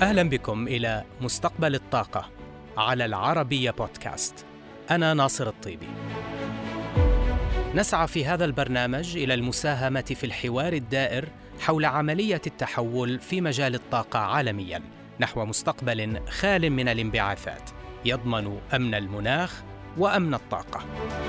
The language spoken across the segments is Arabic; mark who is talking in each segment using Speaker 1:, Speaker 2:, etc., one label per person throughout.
Speaker 1: أهلا بكم إلى مستقبل الطاقة على العربية بودكاست. أنا ناصر الطيبي. نسعى في هذا البرنامج إلى المساهمة في الحوار الدائر حول عملية التحول في مجال الطاقة عالمياً نحو مستقبل خال من الانبعاثات يضمن أمن المناخ وأمن الطاقة.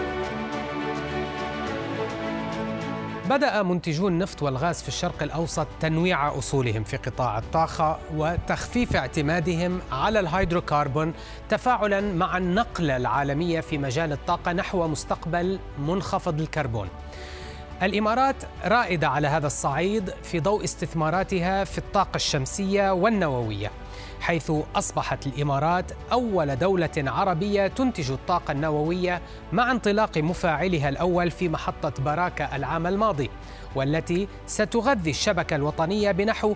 Speaker 1: بدأ منتجو النفط والغاز في الشرق الأوسط تنويع أصولهم في قطاع الطاقة وتخفيف اعتمادهم على الهيدروكربون تفاعلاً مع النقلة العالمية في مجال الطاقة نحو مستقبل منخفض الكربون. الإمارات رائدة على هذا الصعيد في ضوء استثماراتها في الطاقة الشمسية والنووية، حيث أصبحت الإمارات أول دولة عربية تنتج الطاقة النووية مع انطلاق مفاعلها الأول في محطة براكة العام الماضي، والتي ستغذي الشبكة الوطنية بنحو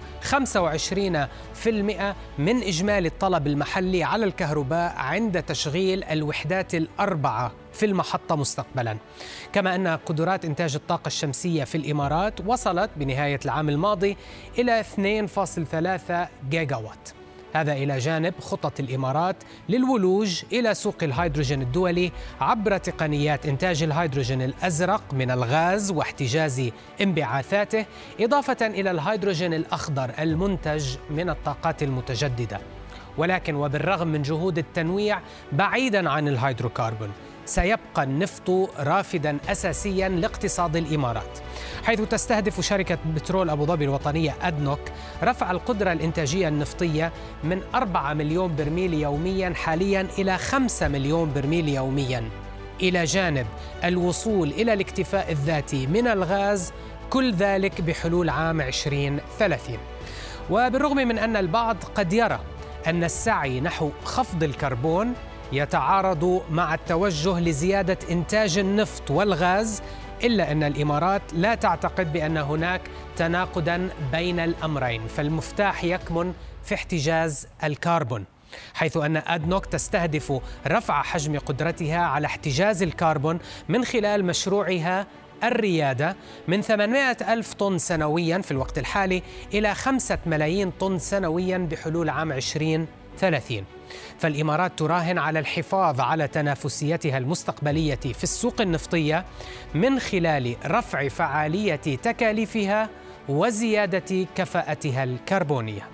Speaker 1: 25% من إجمالي الطلب المحلي على الكهرباء عند تشغيل الوحدات الأربعة في المحطة مستقبلاً. كما أن قدرات إنتاج الطاقة الشمسية في الإمارات وصلت بنهاية العام الماضي إلى 2.3 جيجاوات. هذا إلى جانب خطط الإمارات للولوج إلى سوق الهيدروجين الدولي عبر تقنيات إنتاج الهيدروجين الأزرق من الغاز واحتجاز انبعاثاته، إضافة إلى الهيدروجين الأخضر المنتج من الطاقات المتجددة. ولكن وبالرغم من جهود التنويع بعيداً عن الهيدروكربون، سيبقى النفط رافداً أساسياً لاقتصاد الإمارات، حيث تستهدف شركة بترول أبو ظبي الوطنية أدنوك رفع القدرة الإنتاجية النفطية من 4 مليون برميل يومياً حالياً إلى 5 مليون برميل يومياً، إلى جانب الوصول إلى الاكتفاء الذاتي من الغاز، كل ذلك بحلول عام 2030. وبالرغم من أن البعض قد يرى أن السعي نحو خفض الكربون يتعارض مع التوجه لزيادة إنتاج النفط والغاز، إلا أن الإمارات لا تعتقد بأن هناك تناقضاً بين الأمرين، فالمفتاح يكمن في احتجاز الكربون، حيث أن أدنوك تستهدف رفع حجم قدرتها على احتجاز الكربون من خلال مشروعها الريادة من 800 ألف طن سنوياً في الوقت الحالي إلى 5 ملايين طن سنوياً بحلول عام 2030. فالإمارات تراهن على الحفاظ على تنافسيتها المستقبلية في السوق النفطية من خلال رفع فعالية تكاليفها وزيادة كفاءتها الكربونية.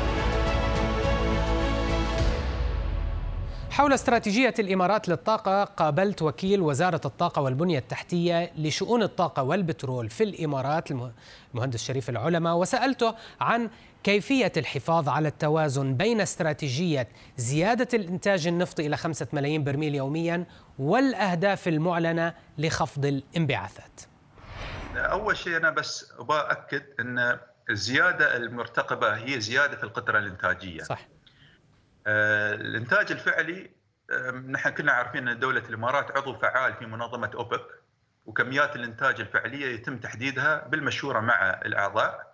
Speaker 1: حول استراتيجية الإمارات للطاقة قابلت وكيل وزارة الطاقة والبنية التحتية لشؤون الطاقة والبترول في الإمارات المهندس شريف العلماء، وسألته عن كيفية الحفاظ على التوازن بين استراتيجية زيادة الإنتاج النفطي إلى 5 ملايين برميل يومياً والأهداف المعلنة لخفض الانبعاثات.
Speaker 2: أول شيء أنا بس أؤكد أن الزيادة المرتقبة هي زيادة في القطرة الإنتاجية.
Speaker 1: صح.
Speaker 2: الإنتاج الفعلي، نحن كنا عارفين أن دولة الإمارات عضو فعال في منظمة أوبك، وكميات الإنتاج الفعلية يتم تحديدها بالمشورة مع الأعضاء،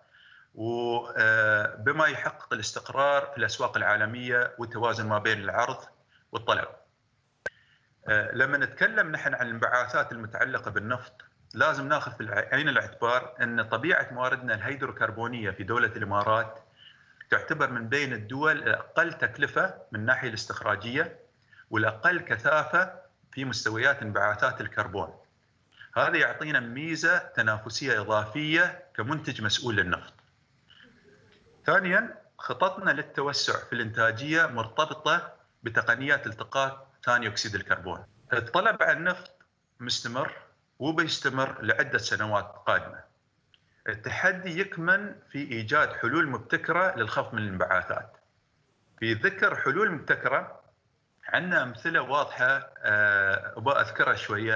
Speaker 2: وبما يحقق الاستقرار في الأسواق العالمية والتوازن ما بين العرض والطلب. لما نتكلم نحن عن الانبعاثات المتعلقة بالنفط، لازم ناخذ في عين الاعتبار أن طبيعة مواردنا الهيدروكربونية في دولة الإمارات تعتبر من بين الدول الأقل تكلفة من الناحية الاستخراجية والأقل كثافة في مستويات انبعاثات الكربون. هذا يعطينا ميزة تنافسية إضافية كمنتج مسؤول للنفط. ثانياً، خططنا للتوسع في الإنتاجية مرتبطة بتقنيات التقاط ثاني أكسيد الكربون. الطلب على النفط مستمر وبيستمر لعدة سنوات قادمة. التحدي يكمن في إيجاد حلول مبتكرة للخفض من الانبعاثات. في ذكر حلول مبتكرة، عندنا أمثلة واضحة أبغى أذكرها شوية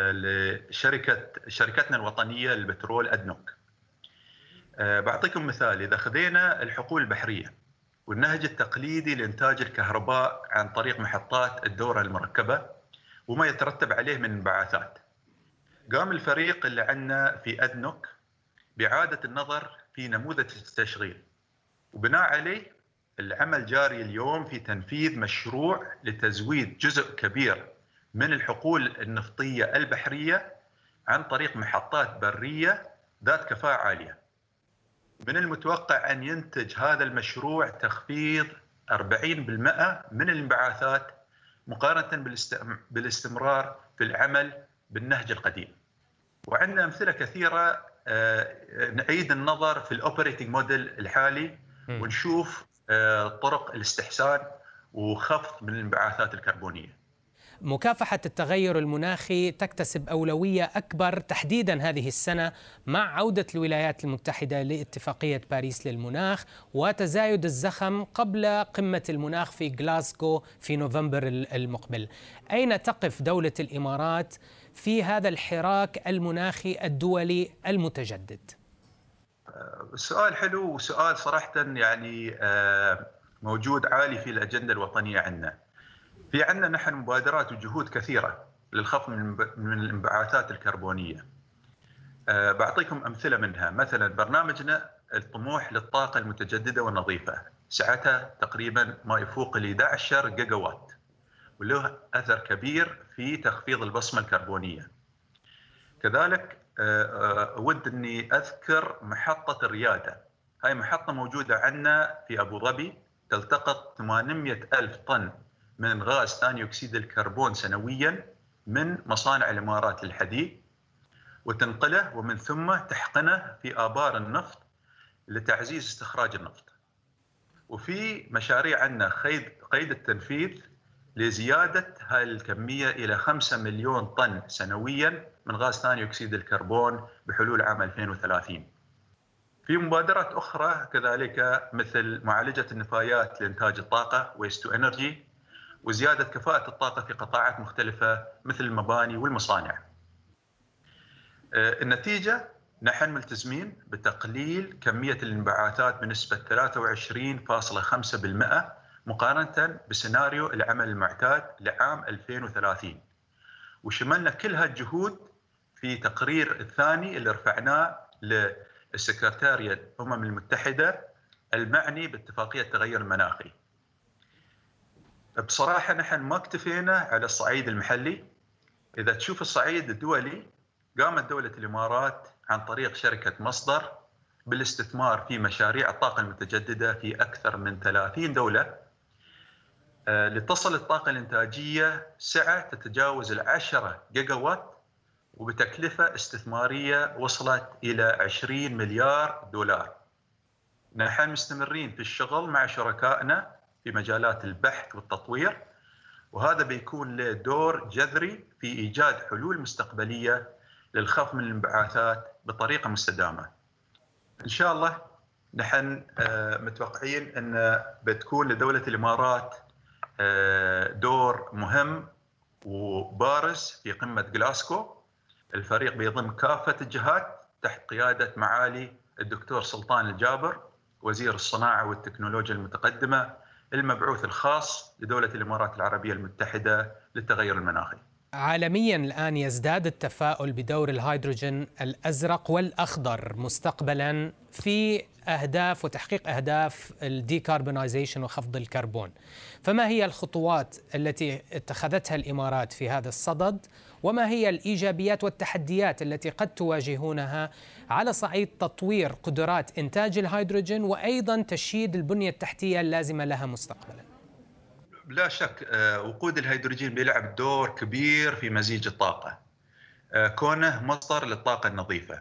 Speaker 2: لشركتنا الوطنية للبترول أدنوك. بعطيكم مثال. إذا خذينا الحقول البحرية والنهج التقليدي لإنتاج الكهرباء عن طريق محطات الدورة المركبة وما يترتب عليه من انبعاثات، قام الفريق اللي عندنا في أدنوك بإعادة النظر في نموذج التشغيل، وبناء عليه العمل جاري اليوم في تنفيذ مشروع لتزويد جزء كبير من الحقول النفطية البحرية عن طريق محطات برية ذات كفاءة عالية. من المتوقع أن ينتج هذا المشروع تخفيض 40% من الانبعاثات مقارنة بالاستمرار في العمل بالنهج القديم. وعندنا أمثلة كثيرة نعيد النظر في الأوبريتنج موديل الحالي ونشوف طرق الاستحسان وخفض من الانبعاثات الكربونية.
Speaker 1: مكافحة التغير المناخي تكتسب أولوية أكبر تحديدا هذه السنة مع عودة الولايات المتحدة لاتفاقية باريس للمناخ وتزايد الزخم قبل قمة المناخ في غلاسكو في نوفمبر المقبل. أين تقف دولة الإمارات في هذا الحراك المناخي الدولي المتجدد؟
Speaker 2: سؤال حلو وسؤال صراحة يعني موجود عالي في الأجندة الوطنية عندنا. في عندنا نحن مبادرات وجهود كثيرة للخفض من الانبعاثات الكربونية. بعطيكم أمثلة منها. مثلا برنامجنا الطموح للطاقة المتجددة والنظيفة سعتها تقريبا ما يفوق ال 11 جيجا وات وله أثر كبير في تخفيض البصمة الكربونية. كذلك أود أني أذكر محطة الريادة. هاي محطة موجودة عندنا في أبو ظبي تلتقط 800 ألف طن من غاز ثاني أكسيد الكربون سنويا من مصانع الإمارات للحديد وتنقله ومن ثم تحقنه في آبار النفط لتعزيز استخراج النفط. وفي مشاريع عندنا قيد التنفيذ لزيادة هذه الكمية إلى 5 مليون طن سنويا من غاز ثاني أكسيد الكربون بحلول عام 2030. في مبادرات أخرى كذلك مثل معالجة النفايات لإنتاج الطاقة Waste to Energy وزيادة كفاءة الطاقة في قطاعات مختلفة مثل المباني والمصانع. النتيجة نحن ملتزمين بتقليل كمية الانبعاثات بنسبة 23.5% مقارنة بسيناريو العمل المعتاد لعام 2030. وشملنا كل هالجهود في تقرير الثاني اللي رفعناه للسكرتارية الأمم المتحدة المعني باتفاقية التغير المناخي. بصراحة نحن ما اكتفينا على الصعيد المحلي. إذا تشوف الصعيد الدولي قامت دولة الإمارات عن طريق شركة مصدر بالاستثمار في مشاريع الطاقة المتجددة في أكثر من 30 دولة لتصل الطاقة الإنتاجية سعة تتجاوز 10 جيجا وات وبتكلفة استثمارية وصلت إلى 20 مليار دولار. نحن مستمرين في الشغل مع شركائنا في مجالات البحث والتطوير وهذا بيكون له دور جذري في إيجاد حلول مستقبلية للخفض من الانبعاثات بطريقة مستدامة. إن شاء الله نحن متوقعين أن بتكون لدولة الإمارات دور مهم وبارز في قمة غلاسكو. الفريق بيضم كافة الجهات تحت قيادة معالي الدكتور سلطان الجابر وزير الصناعة والتكنولوجيا المتقدمة المبعوث الخاص لدولة الإمارات العربية المتحدة للتغير المناخي.
Speaker 1: عالميا الآن يزداد التفاؤل بدور الهيدروجين الأزرق والأخضر مستقبلا في أهداف وتحقيق أهداف الديكاربونايزيشن وخفض الكربون. فما هي الخطوات التي اتخذتها الإمارات في هذا الصدد وما هي الإيجابيات والتحديات التي قد تواجهونها على صعيد تطوير قدرات إنتاج الهيدروجين وأيضا تشييد البنية التحتية اللازمة لها مستقبلا؟
Speaker 2: لا شك وقود الهيدروجين بيلعب دور كبير في مزيج الطاقة كونه مصدر للطاقة النظيفة.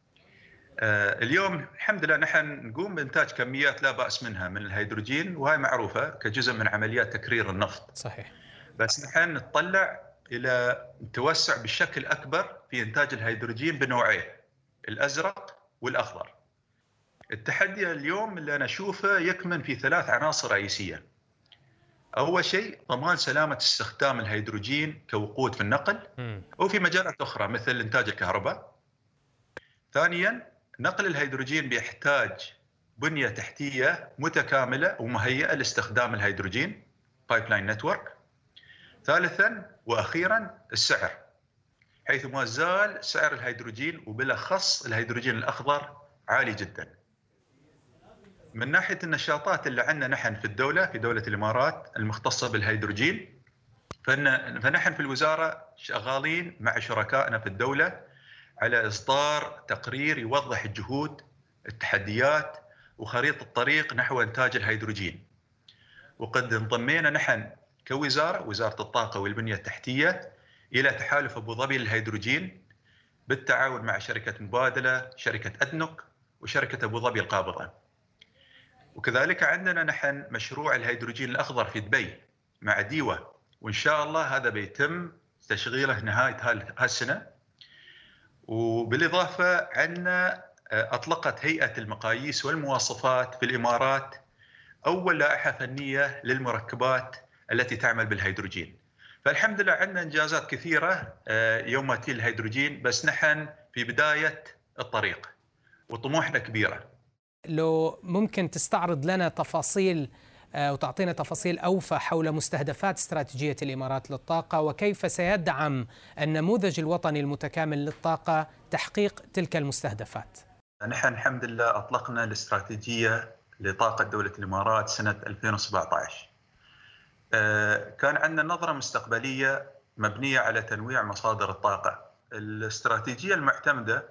Speaker 2: اليوم الحمد لله نحن نقوم بإنتاج كميات لا بأس منها من الهيدروجين وهي معروفة كجزء من عمليات تكرير النفط.
Speaker 1: صحيح.
Speaker 2: بس نحن نتطلع إلى التوسع بشكل أكبر في إنتاج الهيدروجين بنوعين الأزرق والأخضر. التحدي اليوم اللي أنا أشوفه يكمن في 3 عناصر رئيسية. أول شيء ضمان سلامة استخدام الهيدروجين كوقود في النقل وفي مجالات أخرى مثل إنتاج الكهرباء. ثانياً نقل الهيدروجين بيحتاج بنية تحتية متكاملة ومهيئة لاستخدام الهيدروجين بايبلاين نتورك. ثالثاً وأخيراً السعر حيث ما زال سعر الهيدروجين وبالأخص الهيدروجين الأخضر عالي جداً. من ناحية النشاطات اللي عندنا نحن في الدولة في دولة الإمارات المختصة بالهيدروجين فنحن في الوزارة شغالين مع شركائنا في الدولة على إصدار تقرير يوضح الجهود التحديات وخريطة الطريق نحو إنتاج الهيدروجين. وقد انضمينا نحن كوزارة، وزارة الطاقة والبنية التحتية، إلى تحالف أبو ظبي للهيدروجين بالتعاون مع شركة مبادلة، شركة أدنوك، وشركة أبو ظبي القابضة. وكذلك عندنا نحن مشروع الهيدروجين الأخضر في دبي مع ديوة، وإن شاء الله هذا بيتم تشغيله نهاية هالسنة. وبالإضافة عندنا أطلقت هيئة المقاييس والمواصفات في الإمارات أول لائحة فنية للمركبات التي تعمل بالهيدروجين. فالحمد لله عندنا إنجازات كثيرة يوم ما يأتي الهيدروجين، بس نحن في بداية الطريق وطموحنا كبيرة.
Speaker 1: لو ممكن تستعرض لنا تفاصيل وتعطينا تفاصيل أوفى حول مستهدفات استراتيجية الإمارات للطاقة، وكيف سيدعم النموذج الوطني المتكامل للطاقة تحقيق تلك المستهدفات.
Speaker 2: نحن الحمد لله أطلقنا الاستراتيجية لطاقة دولة الإمارات سنة 2017. كان عندنا نظرة مستقبلية مبنية على تنويع مصادر الطاقة. الاستراتيجية المعتمدة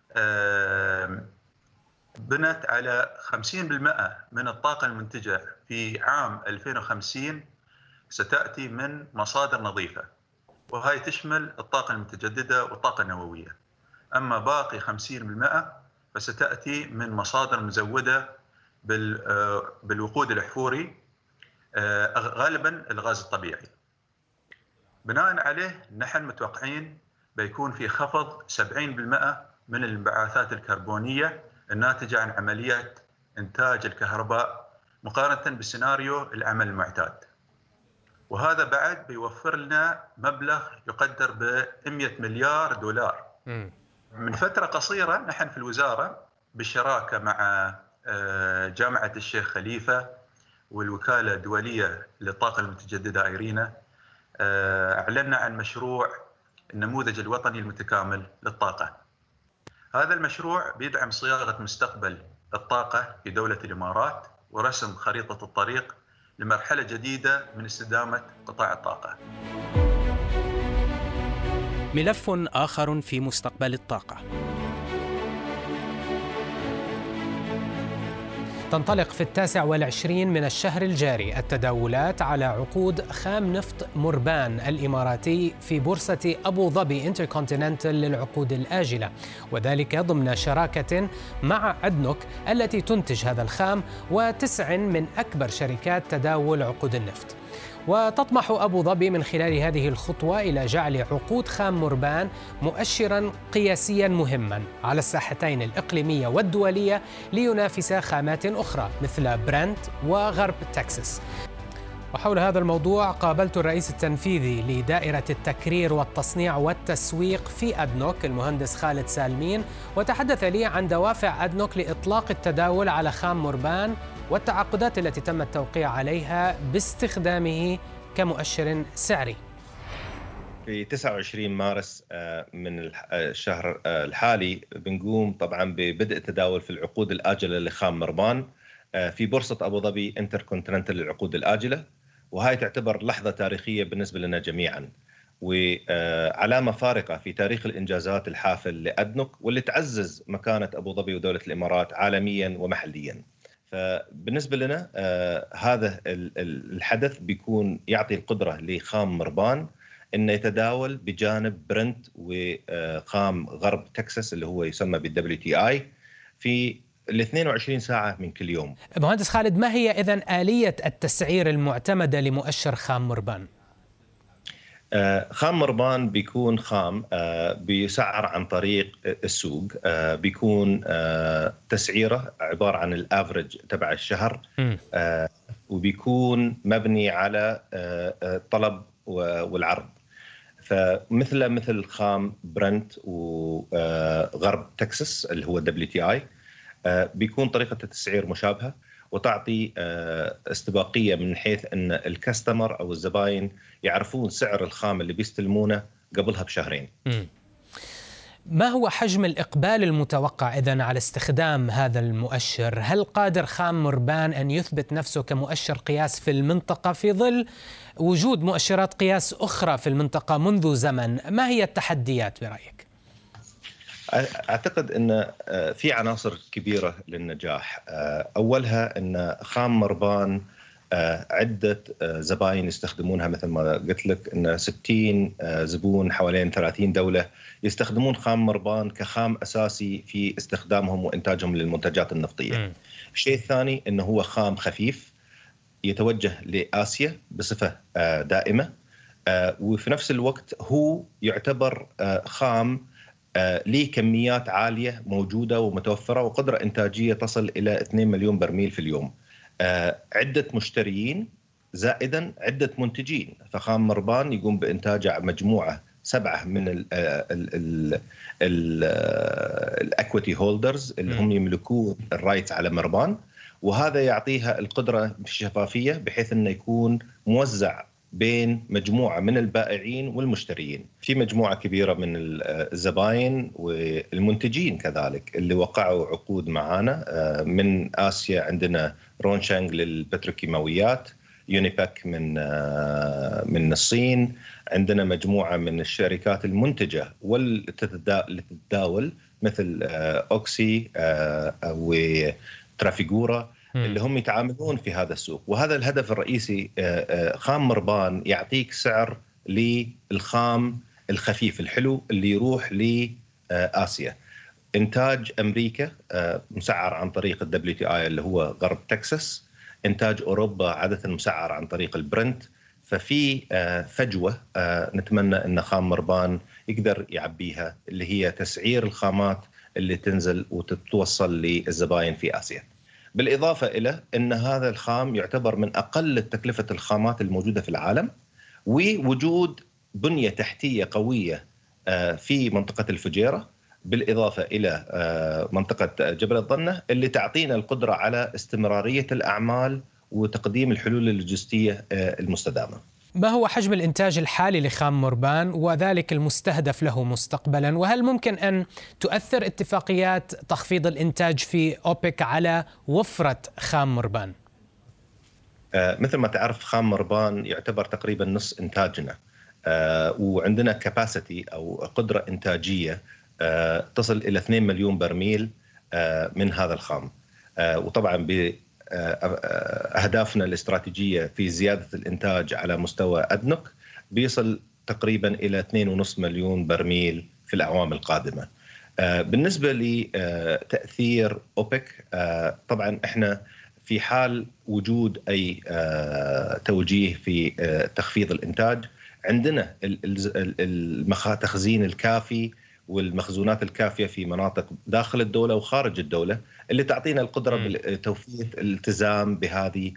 Speaker 2: بنت على 50% من الطاقة المنتجة في عام 2050 ستأتي من مصادر نظيفة، وهي تشمل الطاقة المتجددة والطاقة النووية. أما باقي 50% فستأتي من مصادر مزودة بالوقود الأحفوري، غالبا الغاز الطبيعي. بناء عليه نحن متوقعين بيكون في خفض 70% من الانبعاثات الكربونية الناتجة عن عملية إنتاج الكهرباء مقارنة بسيناريو العمل المعتاد. وهذا بعد بيوفر لنا مبلغ يقدر ب$100 مليار. من فترة قصيرة نحن في الوزارة بالشراكة مع جامعة الشيخ خليفة والوكالة الدولية للطاقة المتجددة إيرينا أعلنا عن مشروع النموذج الوطني المتكامل للطاقة. هذا المشروع بيدعم صياغة مستقبل الطاقة في دولة الإمارات ورسم خريطة الطريق لمرحلة جديدة من استدامة قطاع الطاقة.
Speaker 1: ملف آخر في مستقبل الطاقة. تنطلق في 29 من الشهر الجاري التداولات على عقود خام نفط مربان الإماراتي في بورصة أبو ظبي انتركونتيننتال للعقود الآجلة، وذلك ضمن شراكة مع أدنوك التي تنتج هذا الخام و9 من أكبر شركات تداول عقود النفط. وتطمح أبو ظبي من خلال هذه الخطوة إلى جعل عقود خام مربان مؤشراً قياسياً مهماً على الساحتين الإقليمية والدولية لينافس خامات أخرى مثل برنت وغرب تكساس. وحول هذا الموضوع قابلت الرئيس التنفيذي لدائرة التكرير والتصنيع والتسويق في أدنوك المهندس خالد سالمين، وتحدث لي عن دوافع أدنوك لإطلاق التداول على خام مربان والتعاقدات التي تم التوقيع عليها باستخدامه كمؤشر سعري.
Speaker 3: في 29 مارس من الشهر الحالي بنقوم طبعا ببدء التداول في العقود الآجلة لخام مربان في بورصة أبو ظبي انتركونتيننتال للعقود الآجلة، وهي تعتبر لحظة تاريخية بالنسبة لنا جميعا وعلامة فارقة في تاريخ الإنجازات الحافل لأدنوك، واللي تعزز مكانة أبو ظبي ودولة الإمارات عالميا ومحليا. فبالنسبة لنا هذا الحدث بيكون يعطي القدرة لخام مربان أنه يتداول بجانب برنت وخام غرب تكساس اللي هو يسمى بالWTI في 22 ساعة من كل يوم.
Speaker 1: مهندس خالد، ما هي إذن آلية التسعير المعتمدة لمؤشر خام مربان؟
Speaker 3: خام مربان بيكون خام بيسعر عن طريق السوق، بيكون تسعيره عبارة عن الافرج تبع الشهر، وبيكون مبني على الطلب والعرض. مثل خام برنت وغرب تكساس اللي هو WTI بيكون طريقة التسعير مشابهة وتعطي استباقية من حيث أن الكاستمر أو الزباين يعرفون سعر الخام اللي بيستلمونه قبلها بشهرين.
Speaker 1: ما هو حجم الإقبال المتوقع إذن على استخدام هذا المؤشر؟ هل قادر خام مربان أن يثبت نفسه كمؤشر قياس في المنطقة في ظل وجود مؤشرات قياس أخرى في المنطقة منذ زمن؟ ما هي التحديات برأيك؟
Speaker 3: أعتقد أن في عناصر كبيرة للنجاح. أولها أن خام مربان عدة زباين يستخدمونها، مثل ما قلت لك أن 60 زبون حوالين 30 دولة يستخدمون خام مربان كخام أساسي في استخدامهم وإنتاجهم للمنتجات النفطية. الشيء الثاني أنه هو خام خفيف يتوجه لآسيا بصفة دائمة، وفي نفس الوقت هو يعتبر خام ليه كميات عالية موجودة ومتوفرة وقدرة إنتاجية تصل إلى 2 مليون برميل في اليوم. عدة مشتريين زائدا عدة منتجين، فخام مربان يقوم بإنتاج مجموعة 7 من الأكويتي هولدرز اللي هم يملكون الرايت على مربان، وهذا يعطيها القدرة الشفافية بحيث أنه يكون موزع بين مجموعة من البائعين والمشترين. في مجموعة كبيرة من الزباين والمنتجين كذلك اللي وقعوا عقود معنا. من آسيا عندنا رونشانغ للبتروكيماويات، يونيباك من الصين، عندنا مجموعة من الشركات المنتجة واللي تتداول مثل أوكسي وترافيغورا اللي هم يتعاملون في هذا السوق. وهذا الهدف الرئيسي. خام مربان يعطيك سعر للخام الخفيف الحلو اللي يروح لآسيا. إنتاج أمريكا مسعر عن طريق WTI اللي هو غرب تكساس، إنتاج أوروبا عادة مسعر عن طريق البرنت. ففي فجوة نتمنى أن خام مربان يقدر يعبيها، اللي هي تسعير الخامات اللي تنزل وتتوصل للزباين في آسيا. بالإضافة إلى أن هذا الخام يعتبر من أقل تكلفة الخامات الموجودة في العالم، ووجود بنية تحتية قوية في منطقة الفجيرة، بالإضافة إلى منطقة جبل الظنة اللي تعطينا القدرة على استمرارية الأعمال وتقديم الحلول اللوجستية المستدامة.
Speaker 1: ما هو حجم الإنتاج الحالي لخام مربان وذلك المستهدف له مستقبلا؟ وهل ممكن أن تؤثر اتفاقيات تخفيض الإنتاج في أوبك على وفرة خام مربان؟
Speaker 3: مثل ما تعرف خام مربان يعتبر تقريبا نص إنتاجنا، وعندنا كاباسيتي أو قدرة إنتاجية تصل إلى 2 مليون برميل من هذا الخام. وطبعا أهدافنا الاستراتيجية في زيادة الإنتاج على مستوى أدنوك بيصل تقريبا إلى 2.5 مليون برميل في الأعوام القادمة. بالنسبة لتأثير أوبك، طبعا إحنا في حال وجود أي توجيه في تخفيض الإنتاج عندنا التخزين الكافي والمخزونات الكافية في مناطق داخل الدولة وخارج الدولة اللي تعطينا القدرة بتوفير الالتزام بهذه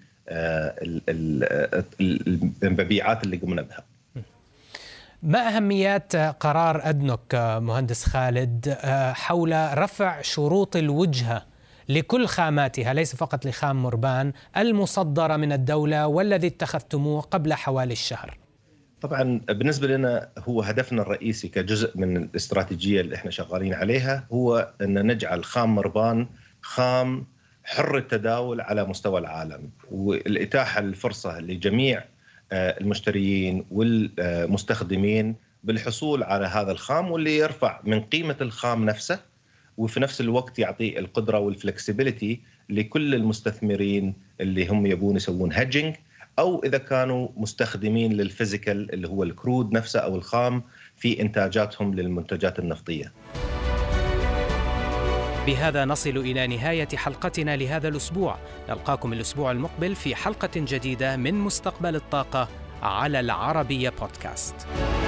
Speaker 3: المبيعات اللي قمنا بها.
Speaker 1: ما أهميات قرار أدنوك مهندس خالد حول رفع شروط الوجهة لكل خاماتها، ليس فقط لخام مربان، المصدرة من الدولة والذي اتخذتموه قبل حوالي الشهر؟
Speaker 3: طبعا بالنسبة لنا هو هدفنا الرئيسي كجزء من الاستراتيجية اللي احنا شغالين عليها، هو أن نجعل خام مربان خام حر التداول على مستوى العالم، والإتاحة الفرصة لجميع المشتريين والمستخدمين بالحصول على هذا الخام، واللي يرفع من قيمة الخام نفسه، وفي نفس الوقت يعطي القدرة والفلكسبيليتي لكل المستثمرين اللي هم يبون يسوون هيدجينج، أو إذا كانوا مستخدمين للفيزيكال اللي هو الكرود نفسه أو الخام في إنتاجاتهم للمنتجات النفطية.
Speaker 1: بهذا نصل إلى نهاية حلقتنا لهذا الأسبوع. نلقاكم الأسبوع المقبل في حلقة جديدة من مستقبل الطاقة على العربية بودكاست.